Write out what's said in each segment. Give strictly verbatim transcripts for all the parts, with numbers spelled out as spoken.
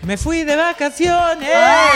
Me fui de vacaciones.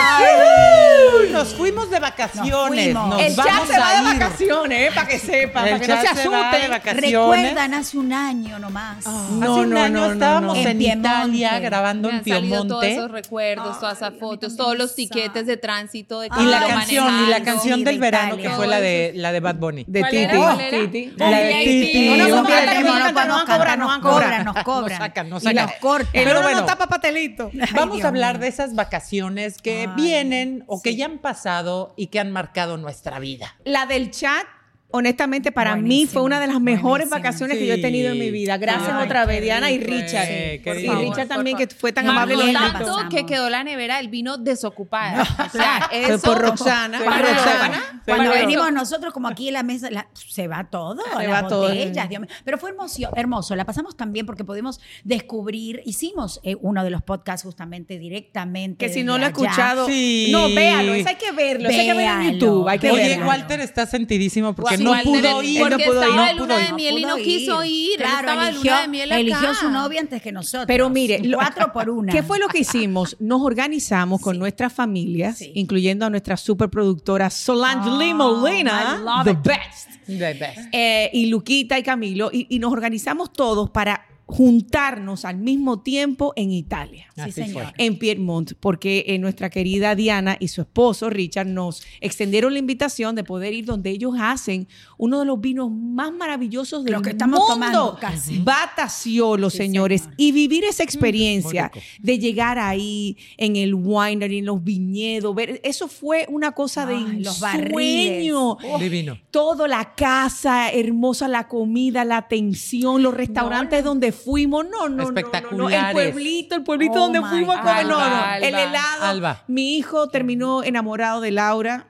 Ay. Nos fuimos de vacaciones. Nos fuimos. Nos El chat vamos se va a de ir. vacaciones, ¿eh? Para que sepan, El para que no se chat se va de asusten. vacaciones. Recuerdan hace un año nomás. Oh. Hace No, un no, año no, no, estábamos no. en, En Piemonte. Italia grabando Me en han salido todos Piemonte. esos recuerdos, todas esas Ay, fotos, a mí todos también los me tiquetes sabe. de tránsito de Y cómo la lo canción, y la manejando. canción Sí, del de verano Italia. que fue la de la de Bad Bunny. De ¿Cuál Titi. era? ¿Cuál era? Titi. La de Titi. No, no, Un no, día no, de no, mí. no, no, no, cobran, no, nos cobran. cobran, nos Nos cobran. sacan, nos Y sacan. los cortes. Pero El oro bueno, no tapa pastelito. Vamos Dios a hablar mío. de esas vacaciones que Ay, vienen o que sí. ya han pasado y que han marcado nuestra vida. La del chat, honestamente, para mí Buenísima, fue una de las mejores buenísima. vacaciones que yo he tenido en mi vida. Gracias Ay, otra vez, qué Diana y rico. Richard. Sí, y qué rico. Richard también, Por que fue tan Marcó amable. y bien la nos tanto invitó. pasamos. que quedó la nevera del vino desocupada. O sea, Fue eso por Roxana. Fue Por por Roxana. Cuando Para venimos eso. nosotros como aquí en la mesa, la- se va todo, Se las va todo. botellas, Dios mío. Pero fue hermoso, hermoso, la pasamos tan bien porque pudimos descubrir, hicimos eh, uno de los podcasts justamente directamente. Que si desde no lo he allá. escuchado, Sí. no, véalo, eso hay que verlo, eso hay que verlo en Véalo. YouTube, hay que Oye, verlo. Walter está sentidísimo porque Sí, no Walter, pudo él- ir. porque no pudo ir, estaba no de luna pudo de ir. miel y pudo no quiso ir. Él Claro, estaba de eligió, luna de miel acá. eligió su novia antes que nosotros. Pero mire, lo- cuatro por una. ¿Qué fue lo que hicimos? Nos organizamos con nuestras familias, Sí. incluyendo a nuestra superproductora Solange Oh, Lee I Molina, love the it. best, The best. eh, y Luquita y Camilo, y, y nos organizamos todos para juntarnos al mismo tiempo en Italia. Sí, Así señor. fue. En Piedmont, porque eh, nuestra querida Diana y su esposo Richard nos extendieron la invitación de poder ir donde ellos hacen uno de los vinos más maravillosos del Los que estamos mundo. tomando casi. Bataciolo, Sí, señores, señor. y vivir esa experiencia muy rico. de llegar ahí en el winery, en los viñedos, ver, eso fue una cosa de Ay, los barriles. ensueño. Divino. Todo, la casa, hermosa la comida, la atención, los restaurantes donde fuimos. No, no, no, no, no. El Espectaculares. pueblito, el pueblito Oh, donde my fuimos a God. comer. No, no. Alba, El Alba. helado. Alba. Mi hijo terminó enamorado de Laura,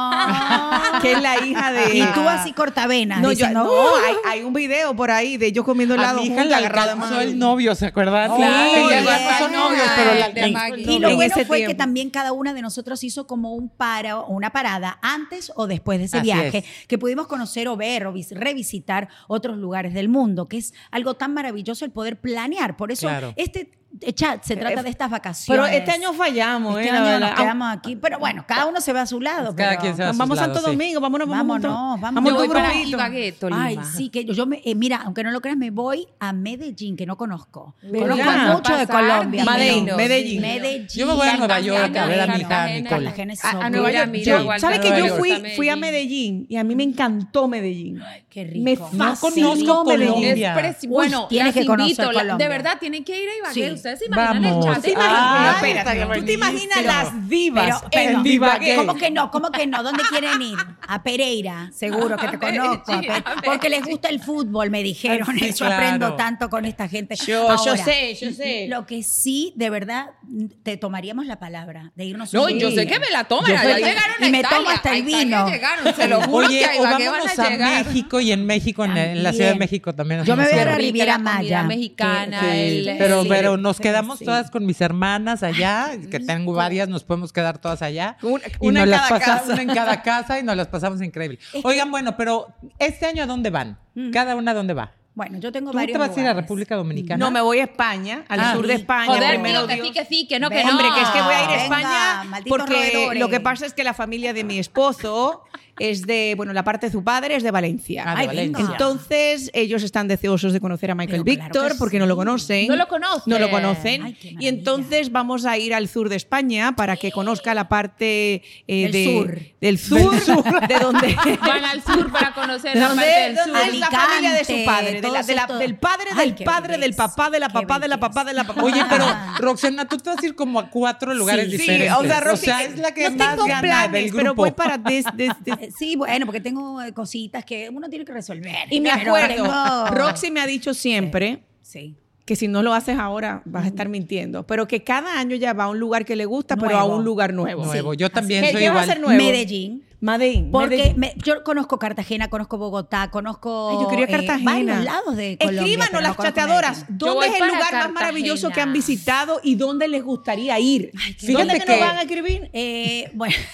Ah. que es la hija de... Y tú así cortavenas. No, yo, diciendo, no, "Uh". hay, hay un video por ahí de ellos comiendo A helado mi hija juntas, le agarrada de alcanzó mano. el novio, ¿se acuerdan? Claro, Sí, llegó ya a no son España, novios, pero la el de alcanzó Maggie. el Y lo En bueno ese fue que tiempo. también cada una de nosotros hizo como un para, una parada antes o después de ese Así viaje, es. que pudimos conocer o ver o vis- revisitar otros lugares del mundo, que es algo tan maravilloso el poder planear. Por eso Claro. este chat se trata de estas vacaciones. Pero este año fallamos, Este ¿eh? La año verdad. nos quedamos aquí. Pero bueno, cada uno se va a su lado. Cada pero- quien se va a sus Vamos a lados, Santo sí. Domingo, vámonos, vámonos. Vámonos, juntos. vámonos. Yo voy tu para grupito. Ibagué, Tolima. Ay, sí, que yo, yo me, eh, mira, aunque no lo creas, me voy a Medellín, que no conozco. ¿Verdad? Conozco mucho de Pasar Colombia. Medellín, pero- Medellín. Medellín. Yo me voy a Nueva York a ver a mi hija Cartagena. Nicole. Cartagena es A, so a Nueva good. Mira, York. mira, Yo- Walter, ¿Sabes que Nueva yo York. fui, Medellín. fui a Medellín y a mí me encantó Medellín? Qué rico. Me No fascinó conozco Medellín. Colombia. Es preci- Uy, bueno, tienes las que conocer invito, la- Colombia. de verdad tienen que ir a Ibagué. Sí. Ustedes se imaginan Vamos. el chat. ¿Te de imaginas? Ibagué? Ah, Espérate, estaría ¿tú te buenísimo. imaginas las divas Pero, en pero, Ibagué? ¿Cómo que no? ¿Cómo que no? ¿Dónde quieren ir? A Pereira, seguro que te A conozco. a Medellín, Pe- a porque les Medellín. gusta el fútbol, me dijeron. Sí, Eso claro. aprendo tanto con esta gente. Yo- yo Ahora, sé, yo sé. Lo que sí, de verdad, te tomaríamos la palabra de irnos No, un yo día. sé que me la toman. Yo Ya sé que- llegaron a y me Italia. tomo hasta el A Italia vino. llegaron, se lo juro Oye, que a o Ibagué van vámonos a a llegar. México y en México, en, en la Ciudad de También. México también. Yo me hacemos voy a la cierre. Rica Riviera la comida Maya. mexicana, Que- el- sí, Pero, sí, pero nos sí, quedamos sí. todas con mis hermanas allá, que tengo varias, nos podemos quedar todas allá. Una- y una nos en las cada pasamos casa. una en cada casa y nos las pasamos increíble. Oigan, bueno, pero este año ¿a dónde van? Cada una ¿a dónde va? Bueno, yo tengo ¿Tú varios te vas a ir a lugares. República Dominicana? No, me voy a España, al Ah, sur de sí. España. Joder, primero tío, que Dios. sí, que sí, que no, que Venga, no. Hombre, que es que voy a ir a Venga, España malditos porque roedores. lo que pasa es que la familia de mi esposo es de, bueno, la parte de su padre es de Valencia. Ah, de Ay, Valencia. venga. Entonces, ellos están deseosos de conocer a Michael Pero claro Víctor que porque sí. no lo conocen. No lo conocen. No lo conocen. Ay, qué y maravilla. entonces vamos a ir al sur de España para que conozca la parte eh, Del de- sur. del sur, de donde Van al sur para conocer ¿De la dónde, parte del sur. dónde es la familia de su Alicante, padre? De la- todos de la- estos- del padre, Ay, del qué padre, del belleza, papá, de la qué papá, de la belleza. papá, de la papá. Oye, pero Ah. Roxana, tú te vas a ir como a cuatro lugares Sí, diferentes. o sea, Roxy, es la que no más tengo gana planes, del grupo. pero voy para des- des- des- Eh, Sí, bueno, porque tengo eh, cositas que uno tiene que resolver. Y me Pero acuerdo, tengo- Roxy me ha dicho siempre Sí. que si no lo haces ahora vas a estar mintiendo, pero que cada año ya va a un lugar que le gusta, pero a Nuevo. un lugar nuevo. Nuevo. Sí, Yo así también ¿Qué- soy qué va a igual. ser nuevo? Medellín. Medellín. Porque Medellín. me- yo conozco Cartagena, conozco Bogotá, conozco Ay, yo quería eh, Cartagena. varios lados de Colombia. Escríbanos pero las no conozco chateadoras. Medellín. Yo ¿Dónde voy es el para lugar más Cartagena. maravilloso que han visitado y dónde les gustaría ir? Ay, qué ¿Dónde Fíjate que que- nos van a escribir? Eh, bueno,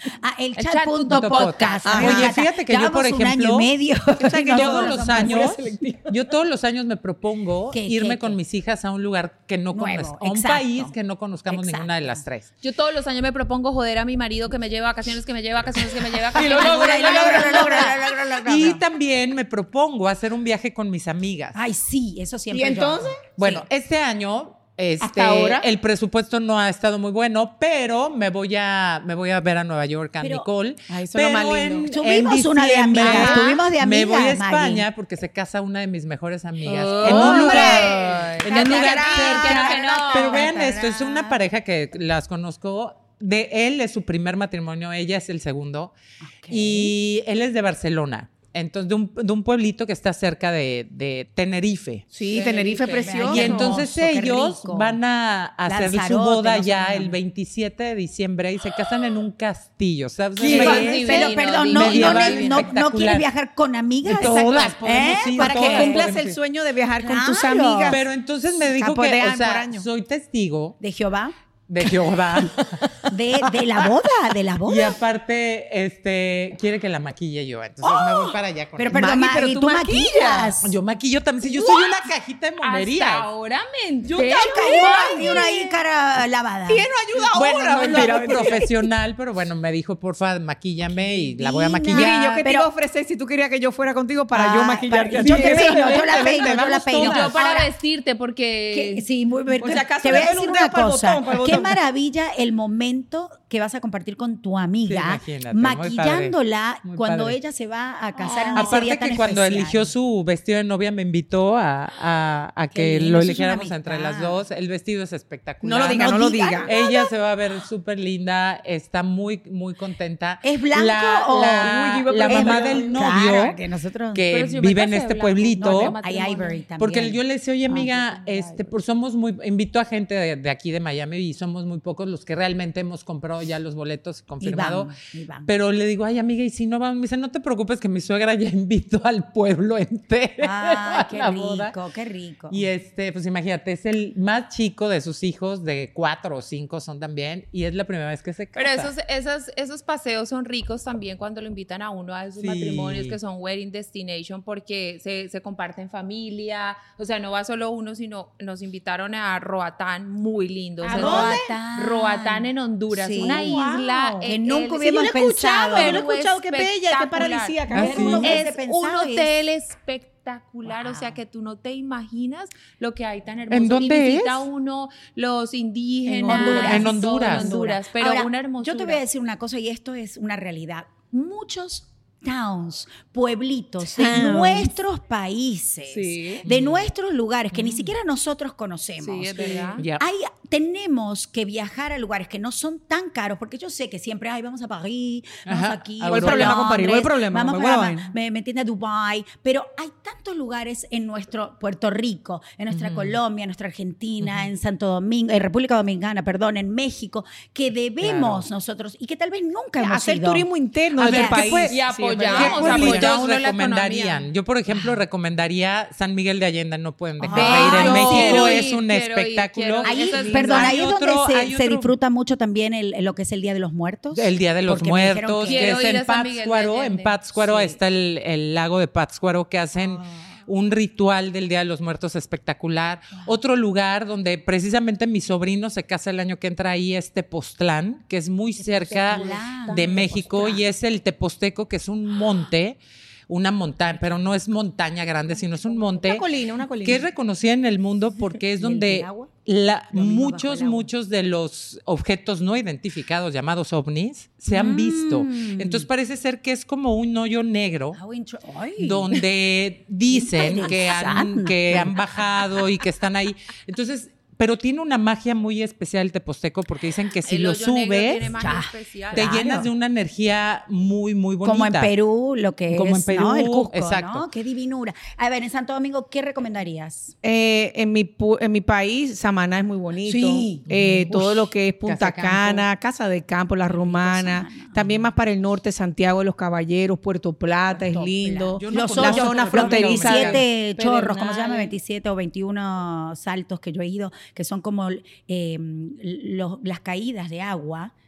Ah, el El chat, chat punto punto podcast. podcast. Me Oye, encanta. fíjate que yo, Llevamos por un año ejemplo, y medio. O sea, que No, todos no, los no, años, selectiva. yo todos los años me propongo ¿Qué, irme qué, con qué? mis hijas a un lugar que no Nuevo, conozcamos, a un exacto. país que no conozcamos Exacto. ninguna de las tres. Yo todos los años me propongo joder a mi marido que me lleve a vacaciones, que me lleve a vacaciones, que me lleve a Y vacaciones. lo logra, y lo logra, lo logra, lo logra, lo logra. Y también me propongo hacer un viaje con mis amigas. Ay, sí, eso siempre. ¿Y entonces? yo- Bueno, sí. este año este, ¿Hasta ahora? el presupuesto no ha estado muy bueno, pero me voy a me voy a ver a Nueva York a Pero- Nicole. Ay, eso es lo pero más lindo. en- Tuvimos en una de diciembre amigas, tuvimos de Me voy a amigas, España Maggie. porque se casa una de mis mejores amigas Oh, en un ¡hombre! lugar, en un Cállate, lugar cállate, cerca. que no. Pero vean esto, es una pareja que las conozco. De él es su primer matrimonio, ella es el segundo. Ok. Y él es de Barcelona. Entonces, de un, de un pueblito que está cerca de, de Tenerife. Sí, Tenerife Tenerife. precioso. Y Ay, entonces hermoso, qué ellos rico. van a hacer su Lanzarote, boda no sé ya cómo. el veintisiete de diciembre y se casan en un castillo, ¿sabes? ¿Qué? Me- Ay, Pero, divino, perdón, no, no, medieval, le- no, no espectacular. quieres viajar con amigas. Todas podemos ¿Eh? ir, Para que todas cumplas podemos el ir. sueño de viajar con tus Claro. amigas. Pero entonces me dijo Capotean que, o por sea, año. soy testigo De Jehová. de Jehová. De, de la boda, de la Y boda. aparte, este, quiere que la maquille yo. Entonces me voy para allá con Pero él. perdón, Maggie, pero Maggie, tú tú maquillas. maquillas. Yo maquillo también. Si yo soy una cajita de monerías. Hasta ahora me Yo entero. también. Y una ahí cara lavada. ¿Quién no ayuda Bueno, ahora? no es Mentira, algo mentira. profesional, pero bueno, me dijo, porfa, maquíllame y la voy a Divina. maquillar. Mire, yo que te Pero- iba a ofrecer si tú querías que yo fuera contigo para yo Ah, maquillarte. para- a yo ti. te peino, yo la Vente, peino, vente, yo la vamos peino. todas. Yo para Ahora- vestirte porque... Que- sí, muy bien. Por si acaso Te voy a le doy decir un una dedo para el cosa. botón, para el Qué botón. maravilla el momento que vas a compartir con tu amiga, Sí, imagínate, muy maquillándola padre, muy cuando padre. ella se va a casar en ese Aparte día tan que cuando especial. eligió su vestido de novia me invitó a, a- a Qué que lindo, lo eso es eligiéramos una entre amistad. las dos. El vestido es espectacular. No lo diga, No no lo diga. diga. Ella se va a ver súper linda, está muy, muy contenta. ¿Es blanco la, o- la- Uy, iba a la preguntar mamá yo. del Claro, novio que nosotros... que Pero si yo me vive en casé este blanco, pueblito. no, no, Hay Ivory también. Porque yo le decía, oye, amiga, Ah, yo tengo este, pues somos muy, invito a gente de, de aquí de Miami y somos muy pocos los que realmente hemos comprado ya los boletos confirmado. van, y van. Pero le digo, ay, amiga, y si no vamos, me dice, no te preocupes que mi suegra ya invitó al pueblo entero Ay, a qué la boda. rico, qué rico. Y este, pues imagínate, es el más chico de sus hijos, de cuatro o cinco son también, y es la primera vez que se casa. Pero esos, esos, esos paseos son ricos también cuando lo invitan a uno a esos Sí. matrimonios que son wedding destination porque se, se comparten familia, o sea, no va solo uno, sino nos invitaron a Roatán, muy lindo. ¿A o sea, dónde? Roatán. Roatán en Honduras, Sí. una isla Wow. Que en nunca el- hubiéramos Sí, yo lo he escuchado, pensado. yo lo he escuchado, qué bella, qué espectacular. paradisíaca. ¿Ah, qué sí? hermoso. hubiese Es un pensado hotel espectacular, o Wow. sea que tú no te imaginas lo que hay tan hermoso. ¿En dónde y visita es? uno los indígenas. En Honduras. En todo Honduras. en Honduras, pero Ahora, una hermosura. Yo te voy a decir una cosa y esto es una realidad. Muchos towns, pueblitos de Towns. nuestros países, Sí. de nuestros lugares que ni siquiera nosotros conocemos. Sí, es verdad. Ya. Hay, tenemos que viajar a lugares que no son tan caros, porque yo sé que siempre, ay, vamos a París, vamos Ajá. aquí, ¿Cuál vamos a problema con París? ¿Cuál Londres, problema? Vamos Me para, vuelvo vaina. me, me entiende, a Dubái, pero hay tantos lugares en nuestro Puerto Rico, en nuestra Colombia, en nuestra Argentina, en Santo Domingo, en República Dominicana, perdón, en México, que debemos nosotros y que tal vez nunca hemos Hacer ido. turismo interno A del ver, ¿qué país. fue? Y apoyamos, ¿Qué Vamos, pueblitos apoyamos uno la recomendarían? economía. Yo, por ejemplo, recomendaría San Miguel de Allende, no pueden dejar Ay, de ir. En no. México Quiero es ir, un quiero ir, espectáculo. quiero ir. Ahí, Eso es perdón, lindo. ahí es Hay otro- donde se, hay se otro- disfruta mucho también el, lo que es el Día de los Muertos. El Día de los Porque me dijeron Muertos, que- que Quiero es ir en a San Miguel de Pátzcuaro. En Allende. Pátzcuaro Sí. está el, el lago de Pátzcuaro que hacen un ritual del Día de los Muertos espectacular. Otro lugar donde precisamente mi sobrino se casa el año que entra ahí es Tepoztlán, que es muy cerca Tepoztlán. de México Tepoztlán. y es el Teposteco, que es un monte, una montaña, pero no es montaña grande, sino es un monte Una colina, una colina. que es reconocida en el mundo porque es ¿Y el donde del agua? la- Lo mismo bajo muchos, el agua. muchos de los objetos no identificados llamados ovnis se han Mm. visto. Entonces parece ser que es como un hoyo negro How intro- Ay. donde dicen que han, Interesante. que han bajado y que están ahí. Entonces, pero tiene una magia muy especial el Teposteco porque dicen que si El lo hoyo negro subes, tiene magia ya, especial. te Claro. llenas de una energía muy, muy bonita. Como en Perú, lo que Como en es, Perú, ¿no? El Cusco, exacto. ¿no? Qué divinura. A ver, en Santo Domingo, ¿qué recomendarías? Eh, en, mi, pu- en mi país, Samaná es muy bonito. Sí. Eh, Uf. todo lo que es Punta Casa de Campo. Cana, Casa de Campo, La Romana. Samaná. También más para el norte, Santiago de los Caballeros, Puerto Plata, Puerto es lindo. Plata. Yo no la conozco, zona pero fronteriza. no me veintisiete chorros, ¿cómo se llama? Pedernales. veintisiete o veintiuno saltos que yo he ido, que son como eh, los- las caídas de agua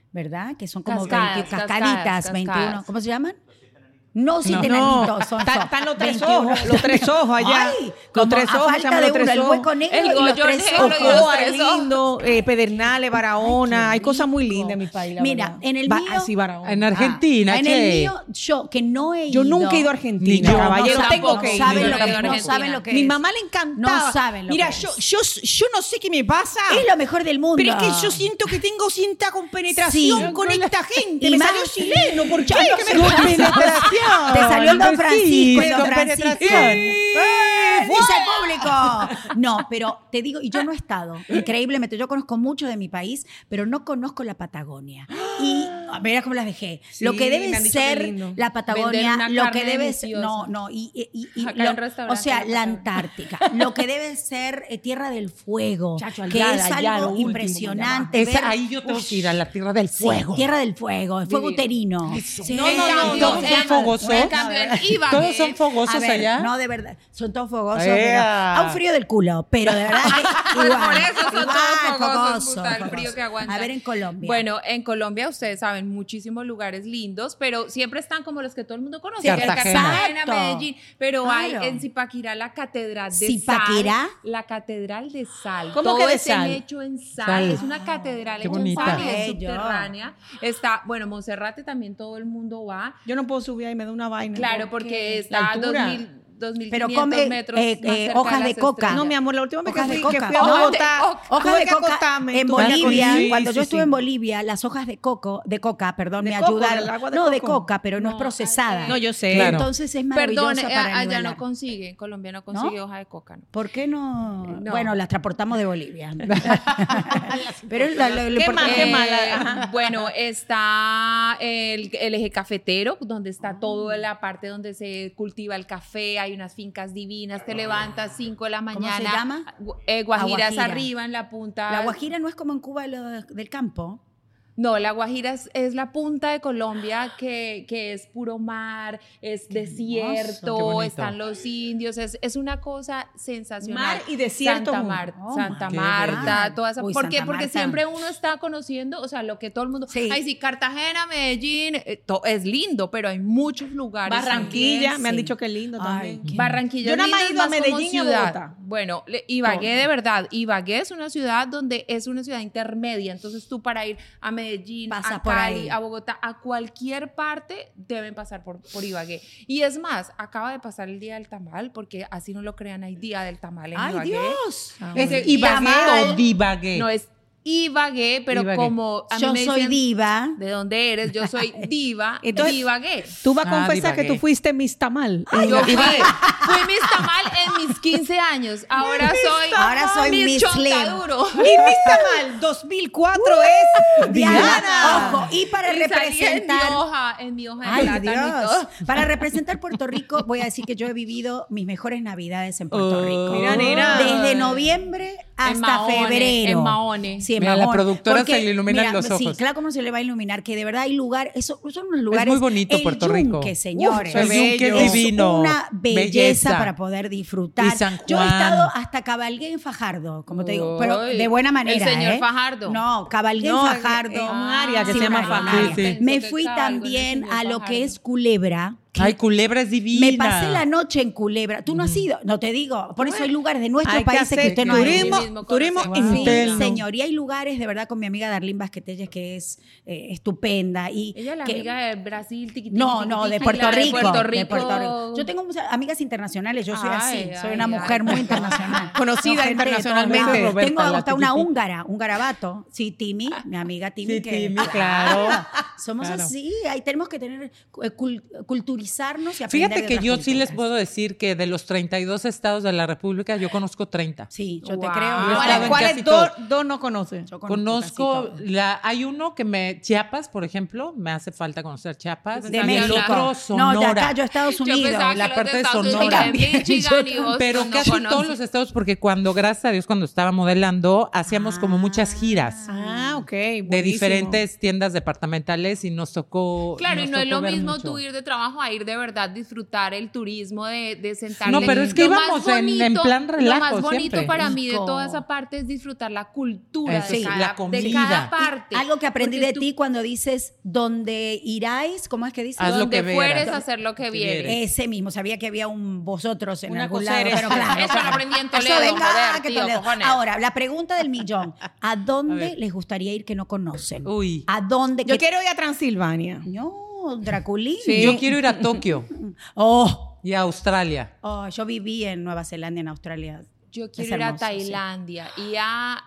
¿verdad? Que son como Cascadas, veinte cascadas, cascaditas, cascadas. veintiuno. ¿Cómo se llaman? No, siete No, enanitos, son, Están son están los tres veintiuno. ojos, los tres ojos allá. Ay, los como tres a ojos, se falta llaman de los tres uno, el ojos. hueco negro El y los goyo tres negro ojos. y los Ocoa, tres ojos. lindo, eh, Pedernales, Barahona. Ay, Hay qué cosas muy rico. lindas en mi país, la Mira, verdad. en el Ba- mío- ah, sí, Barahona. En Argentina, Ah, en che. el mío, yo que no he ido. Yo nunca he ido a Ni Argentina, yo. caballero. No, tengo tampoco. que ir. saben Yo lo no he que, ido a no Argentina. saben lo que Mi es. mamá le encantaba. No saben lo Mira, que yo, es. yo, yo no sé qué me pasa. Es lo mejor del mundo. Pero es que yo siento que tengo cierta compenetración Sí. con esta gente. Y Me más- salió chileno. ¿Por qué? Yo no ¿Qué sé me qué pasa? Penetración. Te salió el Don Pues Francisco, sí, el Don con Francisco. penetración. ¡Eh! ¡Dice el público! No, pero te digo, y yo no he estado, increíblemente, yo conozco mucho de mi país, pero no conozco la Patagonia. Y mira cómo las dejé. Sí, lo que debe me han dicho que ser lindo. la Venden Patagonia, una lo carne que debe ser, deliciosa. no, no, y, y- y- y Acá hay lo- un restaurante o sea, en la la Patagonia. Antártica, lo que debe ser eh, Tierra del Fuego, Chacho, que allá, es allá, lo algo último, impresionante. Esa- ver- ahí yo tengo que ir a la Tierra del Sí, Fuego. Tierra del Fuego, el fuego Divino. uterino. Sí. No, no, En no, cambio, todos son en- fogosos. En cambio, en Ibagué, Todos son fogosos A ver, allá. no, de verdad. Son todos fogosos. ¡Ea! Pero a un frío del culo. Pero de verdad que Pues igual, por eso son igual, todos fogosos, fogosos, puta, el fogosos. frío que aguantan. A ver, en Colombia. Bueno, en Colombia ustedes saben muchísimos lugares lindos, pero siempre están como los que todo el mundo conoce. Sí, que es Cartagena. Cartagena, Exacto. Medellín. Pero Claro. hay en Zipaquirá la catedral de ¿Zipaquirá? sal. La catedral de sal. ¿Cómo Todo que de es sal? hecho en sal. Sal. Es una catedral Qué hecha bonita. en sal y es Bello. subterránea. Está, bueno, Monserrate también todo el mundo va. Yo no puedo subir ahí, me da una vaina. Claro, ¿Por qué? porque La está a altura. dos mil, dos mil Pero quinientos come, metros eh, más eh, cerca hojas las de coca. estrellas. No, mi amor, la última vez que Hojas de fui, que coca. fui a Hojas de- Bogotá, hojas Hojas tuve de que coca acostarme, en tuve que Bolivia, acostarme. cuando Sí, yo sí, estuve sí. en Bolivia, las hojas de coco, de coca, perdón, De me coco, ayudaron. del agua de no, de coco. coca, pero no, es No, procesada. ay, No, yo sé. Claro. Entonces es maravillosa Perdón, eh, para allá nivelar. no consigue, en Colombia no consigue ¿No? hoja de coca, ¿no? ¿Por qué no? No. Bueno, las transportamos de Bolivia. pero es lo, lo- lo Qué importante- mal, qué Eh, mala. Ajá. bueno, está el, el eje cafetero, donde está toda la parte donde se cultiva el café, hay unas fincas divinas, te levantas cinco de la ¿Cómo se mañana. llama? gu- eh, Guajiras Guajira. arriba en la punta. La Guajira no es como en Cuba lo de- del campo. No, la Guajira es, es la punta de Colombia que, que es puro mar, es Qué desierto, bonito. están los indios, es, es una cosa sensacional. Mar y desierto Santa juntos. Marta, Oh, Santa my Marta, God. toda esa. Uy, ¿Por qué? Santa Porque Marta. siempre uno está conociendo, o sea, lo que todo el mundo. Sí. Ay, sí, Cartagena, Medellín, eh, to- es lindo, pero hay muchos lugares. Barranquilla, Sí. me han dicho que es lindo Ay, también. qué- Barranquilla. Yo es nada más lindo, he ido a es más como Medellín y a ciudad. Bogotá. Bueno, le- Ibagué Todo. de verdad, Ibagué es una ciudad donde es una ciudad intermedia, entonces tú para ir a Medellín, Pasa a por Cali, ahí. a Bogotá, a cualquier parte deben pasar por, por Ibagué. Y es más, acaba de pasar el día del tamal, porque así no lo crean, hay día del tamal en ¡Ay, Ibagué. Dios! Ah, ¿Es bueno. Ibagué Tamal. o Divagué? No es Ibagué, pero Ibagué. como a mí Yo me soy dicen, diva. ¿de dónde eres? Yo soy diva Entonces, de Ibagué. Tú vas a Ah, confesar que divagué. tú fuiste Miss Tamal. Yo fui, fui Miss Tamal en mis quince años. Ahora soy, Ahora soy Miss Slim. Chontaduro. Y Miss Tamal dos mil cuatro es Diana, Diana. ojo, y para Y salí representar. en mi hoja, en mi hoja de Ay, plátano y Dios. todo. Para representar Puerto Rico, voy a decir que yo he vivido mis mejores navidades en Puerto Oh. Rico. Mira, nena. Desde noviembre hasta Mahone, febrero. en Mahone. Sí, en Mira, la Mahone. productora Porque, se le iluminan mira, los Sí, ojos. claro, cómo se le va a iluminar, que de verdad hay lugares, eso, son unos lugares. muy bonito el Puerto Rico. Yunque, señores. Uf, el Yunque es Es divino. una belleza, Belleza. para poder disfrutar. Y San Yo he Juan. estado hasta cabalgué en Fajardo, como te digo, pero Uy, de buena manera. el señor ¿eh? Fajardo. No, cabalgué No, en en- Fajardo. en un área que Sí, se llama una- una Fajardo. área. Sí, sí. Me Pensó fui que estaba algo en el también señor a lo Fajardo. que es Culebra. Ay, Culebra es divina. Me pasé la noche en Culebra. Tú no has ido, no te digo. Por eso hay lugares de nuestros Hay que países que hacer usted no ha ido. turismo, mismo turismo conocer. Wow. Sí, interno. señor. Y hay lugares, de verdad, con mi amiga Darlene Basquetelles, que es eh, estupenda. Y Ella es la que- amiga de Brasil, tiqui, tiqui, No, tiqui, no, tiqui, de la Puerto Rico. Puerto de Rico. Puerto Rico. Yo tengo muchas amigas internacionales, yo soy Ay, así. Soy ay, una ay. mujer muy internacional. Conocida gente de todos internacionalmente. lados. Roberta, Tengo la hasta una tiquitiqui. húngara, un garabato. Sí, Timi, mi amiga Timi. Sí, que, Timi, claro. Somos Claro. así, ahí tenemos que tener, eh, cul- culturizarnos y aprender Fíjate de que otras yo sí les culturas. puedo decir que de los treinta y dos estados de la República, yo conozco treinta. Sí, yo te Wow. creo. Yo he Yo- estado en ¿Cuáles casi dos, todo. dos no conoces? yo Conozco, casi todo. la, hay uno que me, Chiapas, por ejemplo, me hace falta conocer Chiapas. Yo De pensaba Y que el México. otro, Sonora. No, de acá yo a Estados Yo Unidos. pensaba que la los parte de Estados Unidos Sonora. eran Michigan y Boston, Pero no casi conozco. todos los estados, porque cuando, gracias a Dios, cuando estaba modelando, hacíamos como muchas giras Ah, ok. de buenísimo. diferentes tiendas departamentales normales y nos tocó. Claro, nos y no es tocó lo ver mismo mucho. tú ir de trabajo a ir de verdad disfrutar el turismo de, de sentarte. No, pero es que Lo más íbamos en- en plan Lo relajo más bonito siempre. para mí de Rico. toda esa parte es disfrutar la cultura Eso de, sí, cada, la de comida. cada parte. Algo que aprendí Porque de tú- ti cuando dices donde iráis, ¿cómo es que dices? Haz lo donde que fueres vieras. a hacer lo que Que vieres. vieres. Ese mismo, sabía que había un vosotros en Una algún cosa lado, eres- pero claro. Eso lo aprendí en Eso Toledo, venga, joder, que tío, Toledo. cojones. Ahora, la pregunta del millón. ¿A dónde A ver. les gustaría ir que no conocen? Uy. ¿A dónde? Yo que- quiero ir a Transilvania. No, Draculín. Sí. Yo quiero ir a Tokio Oh, y a Australia. oh, yo viví en Nueva Zelanda, en Australia. Yo Es quiero ir a hermoso, sí. Tailandia y a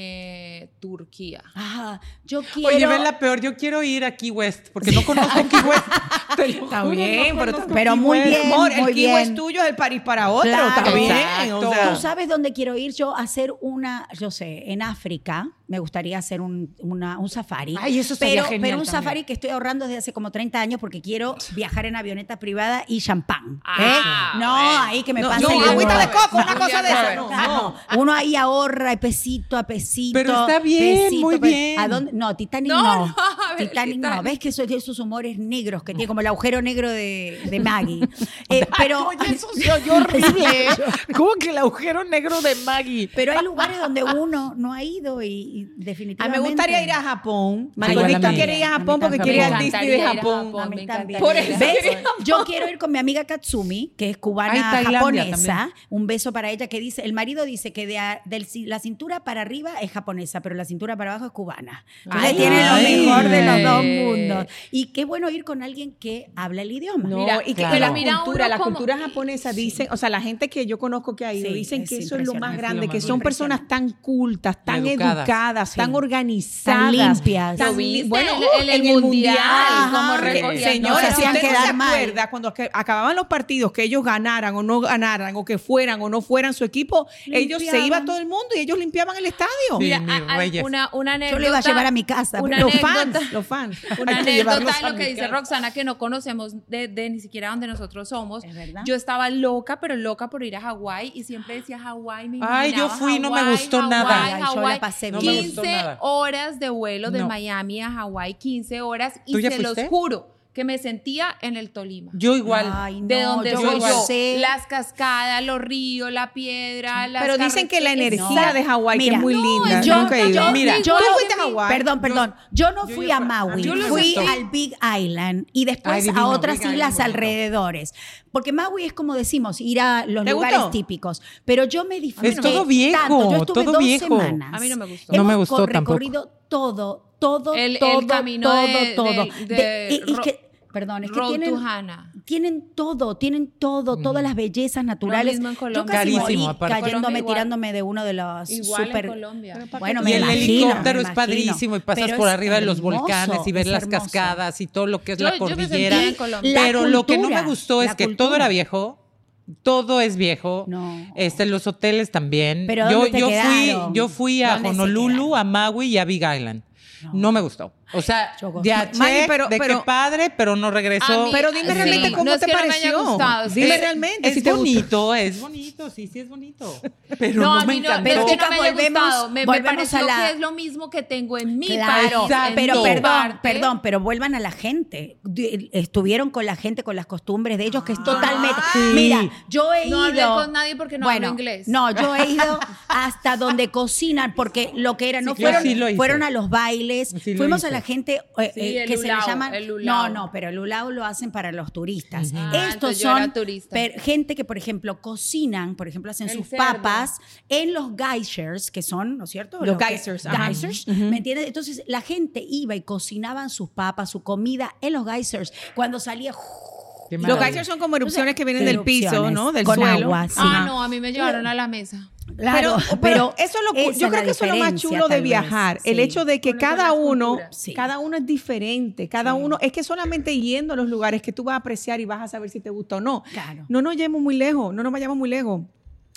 eh, Turquía. Ah, yo quiero... Oye, ven la peor, yo quiero ir a Key West, porque no conozco Key West. Te lo Está juro, bien, no pero, conozco pero Key muy West. bien. amor, el muy Key West bien. tuyo es el París para otro, Claro. está bien. Exacto. O sea, ¿Tú sabes dónde quiero ir yo? A hacer una, yo sé, en África. Me gustaría hacer un, una- un safari. Ay, eso estaría pero, genial pero un también. safari que estoy ahorrando desde hace como treinta años porque quiero viajar en avioneta privada y champán. Ah, ¿eh? No, bueno. ahí que me no, pase no, el- agüita de coco, una Julia cosa de esa. Roberts. No, Ah, no. no. Uno ahí ahorra pesito a pesito. Pero está bien, muy pe- bien. ¿A dónde? No, Titanic No, no. no, a ver, Titanic, no. Titanic. ¿Ves que esos, esos humores negros que tiene, como el agujero negro de, de Maggie? Eh, pero, Oye, eso se oyó horrible. ¿Cómo que el agujero negro de Maggie? pero hay lugares donde uno no ha ido y, y A mí definitivamente. me gustaría ir a Japón. Igual a Margarita mí. quiere ir a A mí Japón porque también. quiere ir Me al Disney encantaría de ir a Japón. Japón. A mí me también. encantaría Por ir a eso. ¿Ves? Yo quiero ir con mi amiga Katsumi, que es cubana Ay, Tailandia japonesa. también. Un beso para ella que dice, el marido dice que de a- del ci- la cintura para arriba es japonesa, pero la cintura para abajo es cubana. Entonces Ay. tienen lo Ay. mejor de los dos mundos. Y qué bueno ir con alguien que habla el idioma. No, Mira, y que claro. la mira cultura, uno la como- cultura japonesa dicen, o sea, la gente que yo conozco que ha ido, Sí, dicen es que eso es lo más impresionante. grande, Es lo que más son impresionante. personas tan cultas, tan educadas. educadas, Sí. tan organizadas, Tan limpias. tan Lo viste bueno, en el- en el mundial, Ajá. como Que- recogían no Señora, se si hacían usted no quedar se mal. acuerda cuando que acababan los partidos, que ellos ganaran o no ganaran, o que fueran o no fueran su equipo, ellos se Limpiaban. iba todo el mundo y ellos limpiaban el estadio. Sí, Mira, mis a- a- reyes. una, una anécdota. Yo lo iba a llevar a mi casa. Una pero- Los anécdota. fans, los fans. Una Hay que llevarlos anécdota de a lo que mi dice casa. Roxana, que no conocemos de, de ni siquiera donde nosotros somos. Es verdad. Yo estaba loca, pero loca por ir a Hawái y siempre decía Hawái. Me Ay, yo imaginaba fui, no me Hawái, gustó nada. Hawái, Ay, yo la Hawái. pasé No bien. me gustó quince nada. horas de vuelo de No. Miami a Hawái, quince horas. Y ¿Tú ya se los fuiste? juro que me sentía en el Tolima. Yo igual. Ay, de no, donde yo soy yo, sé. las cascadas, los ríos, la piedra, las Pero dicen que la carreteras. energía de Hawái que Mira, es muy no, linda. yo- Nunca he ido. yo- Mira, yo ¿tú no- fuiste a Hawái? Perdón, perdón. Yo no yo fui ya a fui- Maui, yo lo fui acepto. al Big Island y después Ay, divino, a otras Big Island, islas bonito. alrededores. Porque Maui es como decimos, ir a los ¿Te lugares gustó? típicos. Pero yo me disfruté Es todo viejo, tanto. Yo estuve todo dos viejo. semanas. A mí no me gustó. No Hemos me gustó co- tampoco. recorrido todo, todo, El- el todo, camino todo, de- todo. de- de De- y- y Ro- que- Perdón, es que Road tienen, to Hana. tienen todo, tienen todo, todas las bellezas naturales. mismo en Colombia. Yo casi Carísimo, morí aparte. cayéndome, Colombia igual. tirándome de uno de los Igual super... en Colombia. Bueno, Y me el imagino, helicóptero me es imagino. padrísimo y pasas Pero por es arriba de los hermoso, volcanes y ves es las hermoso. cascadas y todo lo que es Yo- la yo me cordillera. sentía en Colombia. La Pero lo que no me cultura, gustó es la que cultura. todo era viejo. Todo es viejo. No. Este, los hoteles también. ¿Pero yo, dónde te yo fui, quedaron? yo fui a ¿Dónde se Honolulu, quedaron? a Maui y a Big Island. No, me gustó. O sea, Yo- ya Ma- check, Maggie, pero- de pero- qué padre, pero no regresó. A mí- Pero dime Sí. realmente cómo No es te que no me haya pareció. gustado, es Dime que realmente Es si te gustó. bonito, es bonito, sí, sí es bonito. Pero No, no, a me mí no, encantó. pero es que no me haya Volvemos- gustado. Me, me volvemos pareció a la- que es lo mismo que tengo en mi Claro, país. Exacto. pero en mi perdón, parte. perdón, pero vuelvan a la gente. Di- Estuvieron con la gente, con las costumbres de ellos, que es totalmente. Sí. Mira, yo he No ido. hablé con nadie porque no bueno, hablo inglés. No, yo he ido hasta donde cocinan, porque lo que era, no Sí, yo fueron, sí lo hice. fueron a los bailes, Sí lo fuimos a hice. la gente eh, Sí, eh, el que se le ulao, llaman. el ulao. No, no, pero el ulao lo hacen para los turistas. Ah, Estos entonces yo son era turista. per- gente que, por ejemplo, cocinan, por ejemplo, hacen El sus cerdo. papas en los geysers, que son, ¿no es cierto? Los que- geysers, ajá. geysers, ¿me entiendes? Entonces la gente iba y cocinaban sus papas, su comida en los geysers. Cuando salía... Qué Los maravilla. geysers son como erupciones que vienen Sí, del piso, erupciones, ¿no? Del con suelo. agua, sí. Ah, no, a mí me llevaron a la mesa. Claro, pero, pero eso es lo cu- esa yo es creo la que eso es lo más diferencia, chulo de tal vez, viajar, el sí. hecho de que Conocer cada las uno, culturas. Sí. cada uno es diferente, cada Sí. uno, es que solamente yendo a los lugares que tú vas a apreciar y vas a saber si te gusta o no. Claro. No nos llevemos muy lejos, no nos vayamos muy lejos.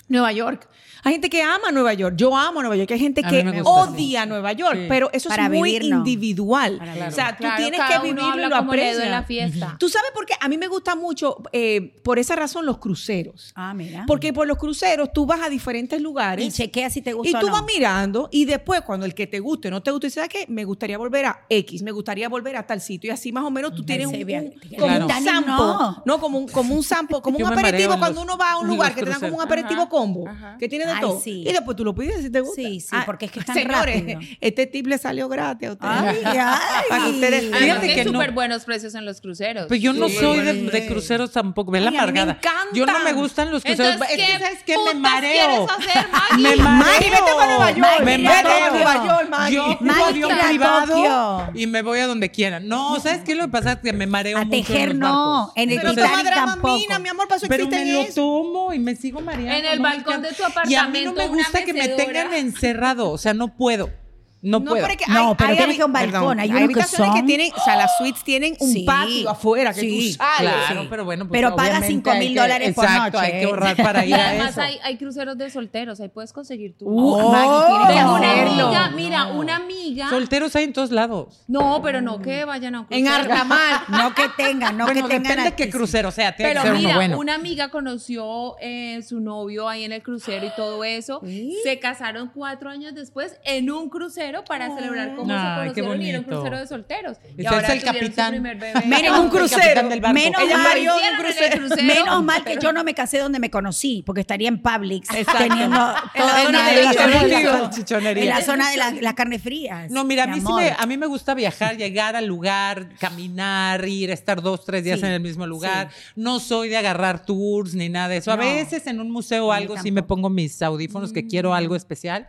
Nueva York. Hay gente que ama Nueva York. Yo amo Nueva York. Hay gente A mí que me gusta, odia sí. Nueva York. Sí. Pero eso Para es muy vivir, no. individual. Para O sea, tú Claro, tienes cada que uno vivirlo habla y lo como le dio en la aprecias. fiesta. ¿Tú sabes por qué? A mí me gusta mucho, eh, por esa razón, los cruceros. Ah, mira. Porque por los cruceros tú vas a diferentes lugares. Y chequea si te gusta Y o tú no. vas mirando y después cuando el que te guste no te guste, ¿sabes qué? Me gustaría volver a X, me gustaría volver a tal sitio y así más o menos tú tienes un, Sí, bien. un- como Claro. un Titanic, sample, no. no, como un como un sample, como Yo un me mareo aperitivo en cuando los- uno va a un en lugar los que te dan como un cruceros. aperitivo Ajá, combo, ajá. que tiene de Ay, todo. sí. Y después tú lo pides si te gusta. Sí, sí, Ah, porque es que es tan señores, rápido. este tip le salió gratis a ustedes. Ay, ay. Para que ustedes Además Fíjate que que hay no- súper buenos precios en los cruceros. Pues yo no Sí. soy de, Sí. de cruceros tampoco. Ve la Ay, a mí me amargada. encantan. Yo no me gustan los cruceros. Entonces, Es que, ¿qué ¿sabes qué? Me putas mareo. quieres hacer, Maggie? Me mareo. Maggie, vete para Nueva York. Me Maggie, Vete mareo. a Nueva York, Maggie. Yo Maggie, pido avión tira a privado Tokio. y me voy a donde quiera. No, ¿sabes qué? Lo que pasa es que me mareo A mucho en tejer los no, barcos. en el Pero Entonces, toma Titanic Dramamina, tampoco. mi amor, para eso pero existen me lo eso. tomo y me sigo mareando. En el ¿no? balcón Ya- de tu Y a mí no apartamento, me una gusta que me mecedora. tengan encerrado. O sea, no puedo. No, puedo. pero es que No, hay- pero hay tiene habi- que un balcón, perdón, hay unos que habitaciones son- que tienen, o sea, las suites tienen un Sí. patio afuera que Sí, tú sales. Claro, Sí. pero bueno, pues Pero paga obviamente cinco hay mil que- dólares por exacto, noche, hay que ¿eh? ahorrar para Y ir a además eso. hay, hay cruceros de solteros, ahí puedes conseguir tu. Uh, Maggie, tienes que Tengo una hacerlo. amiga, mira, una amiga. Solteros hay en todos lados. No, pero no que vayan a un En crucero. Artamar. No que tengan, no bueno, que tengan. depende de qué actriz. crucero sea. Tiene Pero que ser mira, uno bueno. una amiga conoció eh, su novio ahí en el crucero y todo eso. ¿Sí? Se casaron cuatro años después en un crucero para celebrar cómo Ay, se qué conocieron y era un bonito. crucero de solteros. Y Ese ahora es el tuvieron su capitán. primer bebé. Menos En un el crucero. capitán del barco. Menos Ella mal, parió en un hicieron en el crucero. crucero. menos mal que Pero- yo no me casé donde me conocí, porque estaría en Publix Exacto. teniendo En la todo zona en de la la zona de salchichonería. la- Salchichonería. en la zona de la- las carnes frías. No, mira, a mi mí, sí amor. me, a mí me gusta viajar, llegar al lugar, caminar, ir, estar dos, tres días Sí, en el mismo lugar. No soy de agarrar tours ni nada de eso. A No. veces en un museo o A mí algo sí me tampoco. pongo mis audífonos que quiero algo especial.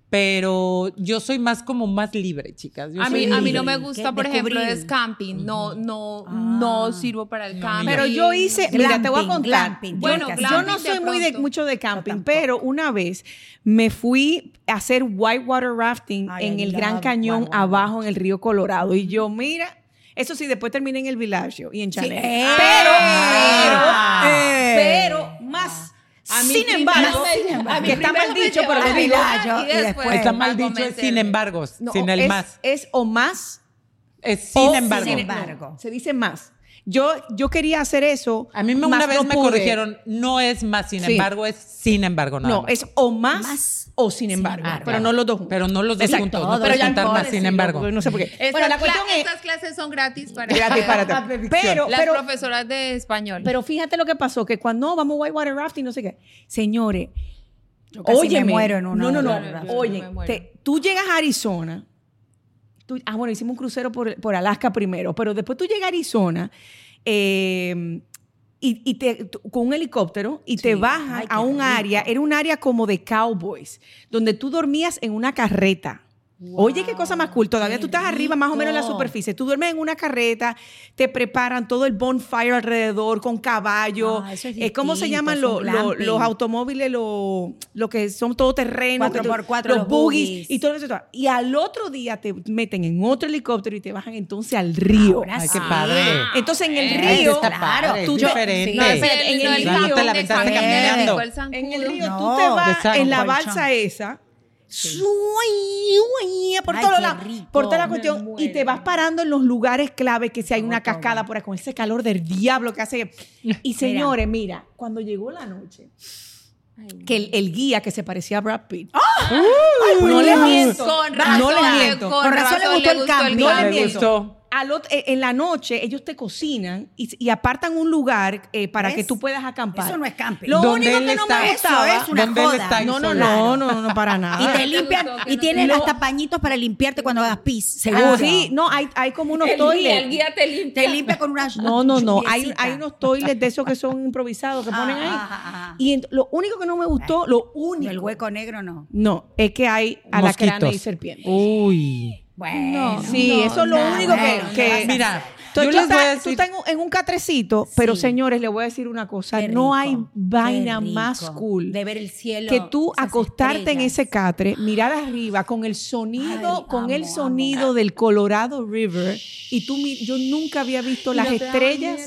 Pero yo soy más como más libre, chicas. Yo A soy mí, a mí libre. no me ¿Qué? gusta, por ejemplo, Descubrir. es camping. No, no, Ah. no sirvo para el No, camping. Pero yo hice, mira, te voy a Glamping, contar. glamping, Bueno, tienes que Yo hacer. no glamping de soy muy de pronto. mucho de camping, tampoco. pero una vez me fui a hacer whitewater rafting Ay, en I el love Gran Cañón whitewater. abajo en el río Colorado. Y yo, mira, eso sí, después terminé en el Villaggio y en Sí. Chanel. Eh. Pero, Ah. pero, pero, más. A mí Sin primero embargo, me- a mí que está primero mal me dicho, pero llevaron lo digo. al Villaggio y y después después- Está para mal dicho, es sin convencerme. embargo, No, sin el es, más. es o más. Es sin o embargo. sin embargo. Se dice más. Yo, yo quería hacer eso. A mí me- más una vez no me pude. corrigieron, no es más, sin Sí. embargo, es sin embargo, nada No, más. es o más, Más o sin embargo. embargo. pero no los dos juntos. Pero no los dos Exacto. juntos, Todo, no puedes pero ya contar no más, puedo sin decirlo, embargo. Porque no sé por qué. Estas, Bueno, la cla- cuestión es. estas clases son gratis para Gratis para ti. Pero, las pero, profesoras de español. pero fíjate lo que pasó, que cuando vamos a whitewater rafting, no sé qué. Señores, Yo casi óyeme. me muero en una No, no, no. whitewater rafting. Oye, Yo me muero. te- tú llegas a Arizona. Tú- ah, bueno, hicimos un crucero por, por Alaska primero, pero después tú llegas a Arizona eh, y, y te, tú- con un helicóptero y te Sí. bajas Ay, qué a un rico. área, era un área como de cowboys, donde tú dormías en una carreta. Oye, qué cosa más cool. Todavía qué tú estás arriba, más o menos en la rico. superficie. Tú duermes en una carreta, te preparan todo el bonfire alrededor con caballo. Ah, eso es Eh, ¿Cómo se distinto, llaman es lo- un lo- glamping. los automóviles, lo, lo que son todoterrenos? Cuatro que tú- por cuatro, los los buggies buggies. y todo eso. Y al otro día te meten en otro helicóptero y te bajan entonces al río. Ahora Ay, qué sí. padre. Entonces en el Eh, río, está claro, padre, tú es te- diferente. sí, no, espérate, es en el, no el el río camping te la de aventaste camping, caminando. el zancudo. en el río No, tú te vas de en la colchón. balsa esa. Por Ay, todos qué lados, rico. por toda la Me cuestión, y te muero. vas parando en los lugares clave, que si hay una Todo, cascada todo. por ahí con ese calor del diablo que hace. Y señores, mira, cuando llegó la noche, que el, el guía que se parecía a Brad Pitt. Uy, no le uy. miento. Con No razón, le miento. Con Con razón le gustó el camping. No le Me miento. gustó. Al ot- eh, en la noche ellos te cocinan y, y apartan un lugar eh, para ¿Ves? que tú puedas acampar. Eso no es camping. Lo Donde único él que no está- me gustaba Eso es una donde él joda. está no, no, isolado. no, no, no, para nada. Y Ah, te ¿te limpian, gustó que y no tienen te- hasta pañitos para limpiarte cuando hagas pis, seguro. Ah, sí, no, hay, hay como unos El guía, toilets. el guía te limpia. Te limpia con una No, no, no. Hay, lluviecita. hay unos toilets de esos que son improvisados que ponen ahí. Ajá, ajá, ajá. Y ent- lo único que no me gustó, lo único. El hueco negro no. No, es que hay alacranes y Mosquitos. serpientes. Uy. Bueno. Sí, no, eso es lo no, único que- bueno, que- no vas a Mira, hacer. Entonces, yo tú, les voy a estás, tú decir. estás en, un- en un catrecito, pero Sí. señores, les voy a decir una cosa. Qué no rico, hay qué vaina rico. más cool de ver el cielo. que tú esas acostarte en estrellas. ese catre, mirar arriba con el sonido, Ay, con el amo, sonido amo. del Colorado River y tú mi- yo nunca había visto ¿Y las no te daba estrellas. nervios?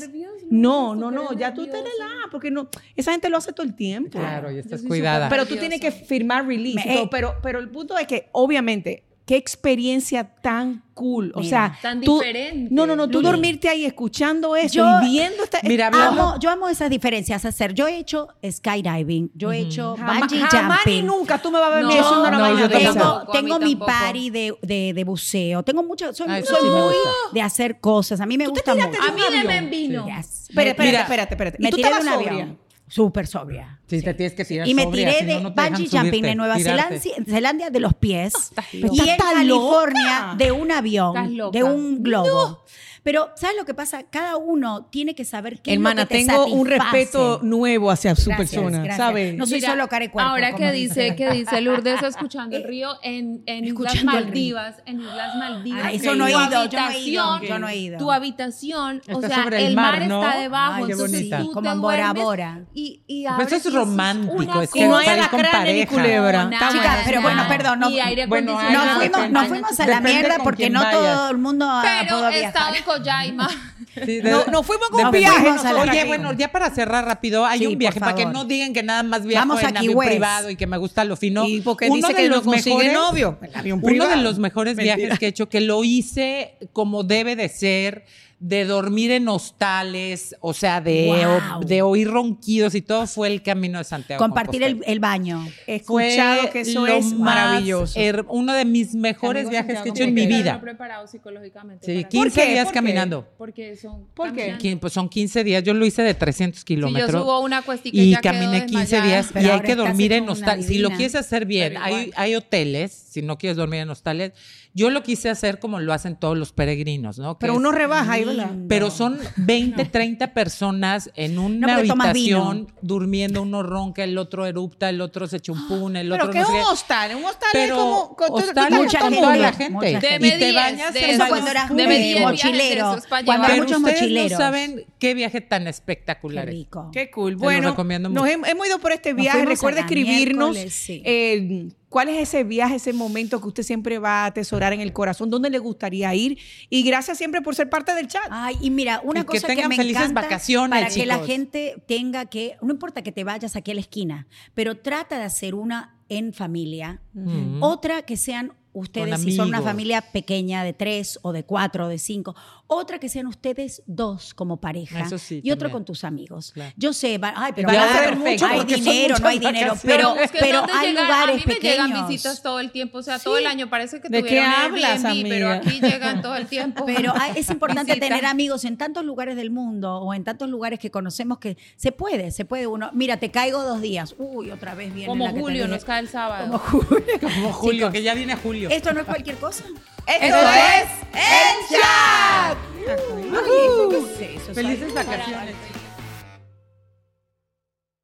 No, no, no, ya tú te relajas, porque no, esa gente lo hace todo el tiempo. Claro, y estás soy cuidada. Pero tú tienes que firmar release y Me- todo, pero, pero el punto es que, obviamente, qué experiencia tan cool. O Mira, sea, tan tú, diferente. No, no, no, tú Luli. dormirte ahí escuchando eso Yo- y viendo esta. Mira, hablando- Amo, yo amo esas diferencias hacer. Yo he hecho skydiving, yo he hecho jamás, bungee jamás ni jumping. nunca tú me vas a ver No, ni haciendo una no, vaina yo de esa. tampoco. Tengo, A mí tengo mi tampoco. party de, de, de buceo. Tengo mucho, soy, Ah, eso soy sí me muy gusta. de hacer cosas. A mí me ¿Tú te gusta tiraste mucho. de A mí un deme avión? en vino. Yes. Espera, espérate, Mira, espérate, espérate. Me ¿Y tú tiré de estabas un sobria? avión. Súper sobria. Sí, te tienes que tirar Y me sobria, tiré si de no, no te dejan bungee jumping subirte, de Nueva tirarte. Zelanda, Zelanda de los pies. Pero Y en estás California loca. de un avión, Estás loca. de un globo. Pero, ¿sabes lo que pasa? Cada uno tiene que saber qué Hermana, es lo que te tengo un satisface. respeto nuevo hacia su Gracias, persona, gracias. ¿sabes? No soy Mira, solo cara y cuerpo. Ahora como que dice, que dice Lourdes escuchando el río en, en Islas Escuchando el río. Maldivas, en Islas Maldivas. Ah, eso tu no he ido, yo no he ido, habitación- yo no he ido. Tu habitación, o Está sea, sobre el el mar, mar, ¿no? está debajo, Ay, qué entonces bonita. tú Como te en Bora duermes Bora. Y, y Pero eso abres es y romántico, una es que no hay cosa- para ir con alacranes ni pareja. culebra. No, Está Chicas, bueno. pero bueno, nada. perdón, no- Y aire bueno, Nos Ay, acondicionado. fuimos, depende. nos fuimos a la Depende mierda con porque quién no vayas. todo el mundo ha Pero podido he estado viajar. en Coyaima. Sí, de- No, nos fuimos con de- un viaje. fuimos a la- Oye, nosotras. bueno, ya para cerrar rápido, hay Sí, un viaje por para que favor. no digan que nada más viajo Vamos a en Key avión West. privado y que me gusta lo fino. Y porque Uno dice de que no los consigue mejores- novio. El avión Uno de privado. los mejores Mentira. viajes que he hecho, que lo hice como debe de ser, de dormir en hostales, o sea, de, Wow. o- de oír ronquidos y todo, fue el Camino de Santiago. Compartir el, Compostela. el baño. He Fue escuchado que eso lo es más maravilloso. her- uno de mis mejores Camino de viajes que he Santiago hecho en mi Porque vida. estarlo preparado psicológicamente Sí, para- quince ¿Por qué? días ¿Por qué? caminando. Porque son ¿Por qué? caminando. Quin- Pues son quince días. Yo lo hice de trescientos Si kilómetros. yo subo una cuestica y y ya quedo caminé quince desmayada. días Pero y hay ahora que estás dormir hecho en una hostales. Si lo divina. quieres hacer bien, Pero hay, igual. hay hoteles, si no quieres dormir en hostales. Yo lo quise hacer como lo hacen todos los peregrinos, ¿no? Que Pero es- uno rebaja ahí, ¿verdad? Lindo. pero son veinte, treinta personas en una porque tomas habitación vino. durmiendo, uno ronca, el otro erupta, el otro se chumpuna, el Pero otro que no es sé un qué. hostal. Un hostal Pero es como... con- tú- tú hostal estás mucha con como- toda gente, la mucha gente. gente. Deme Y te diez, bañas de en Eso Eso cuando baños eras Deme públicos. diez viajes de mochilero. esos para Cuando llevar. hay Pero muchos ustedes mochileros. no saben qué viaje tan Qué espectacular es. rico. Qué cool. lo Bueno, recomiendo nos mucho. hem- hemos ido por este Nos viaje. fuimos Recuerde a la escribirnos miércoles, sí. eh, cuál es ese viaje, ese momento que usted siempre va a atesorar en el corazón, dónde le gustaría ir. Y gracias siempre por ser parte del chat. Ay, y mira, una Y que cosa que, tengan me felices encanta vacaciones, para que la chicos. gente tenga que, no importa que te vayas aquí a la esquina, pero trata de hacer una en familia, Ujú. otra que sean ustedes, Con si son una amigos. familia pequeña de tres o de cuatro o de cinco, otra que sean ustedes dos como pareja Eso sí, y otro también. con tus amigos. Claro. Yo sé, va- ay, pero Y van a ahora haber perfecto, mucho, hay porque son dinero, no hay muchas dinero, vacaciones. pero, busquen pero dónde hay llegar. lugares a mí me llegan pequeños. visitas todo el tiempo, o sea, todo el año parece que ¿De qué tuvieron hablas, Airbnb, pero amiga? aquí llegan todo el tiempo. Pero hay- es importante Visitas. tener amigos en tantos lugares del mundo o en tantos lugares que conocemos que se puede, se puede uno. Mira, te caigo dos días. Uy, otra vez viene Como la que te Julio, dije. nos cae el sábado. Como Julio. Como Julio, que ya viene Julio. Esto no es cualquier cosa. Esto es El Chat. Ujú. ¿Qué es eso? Felices vacaciones.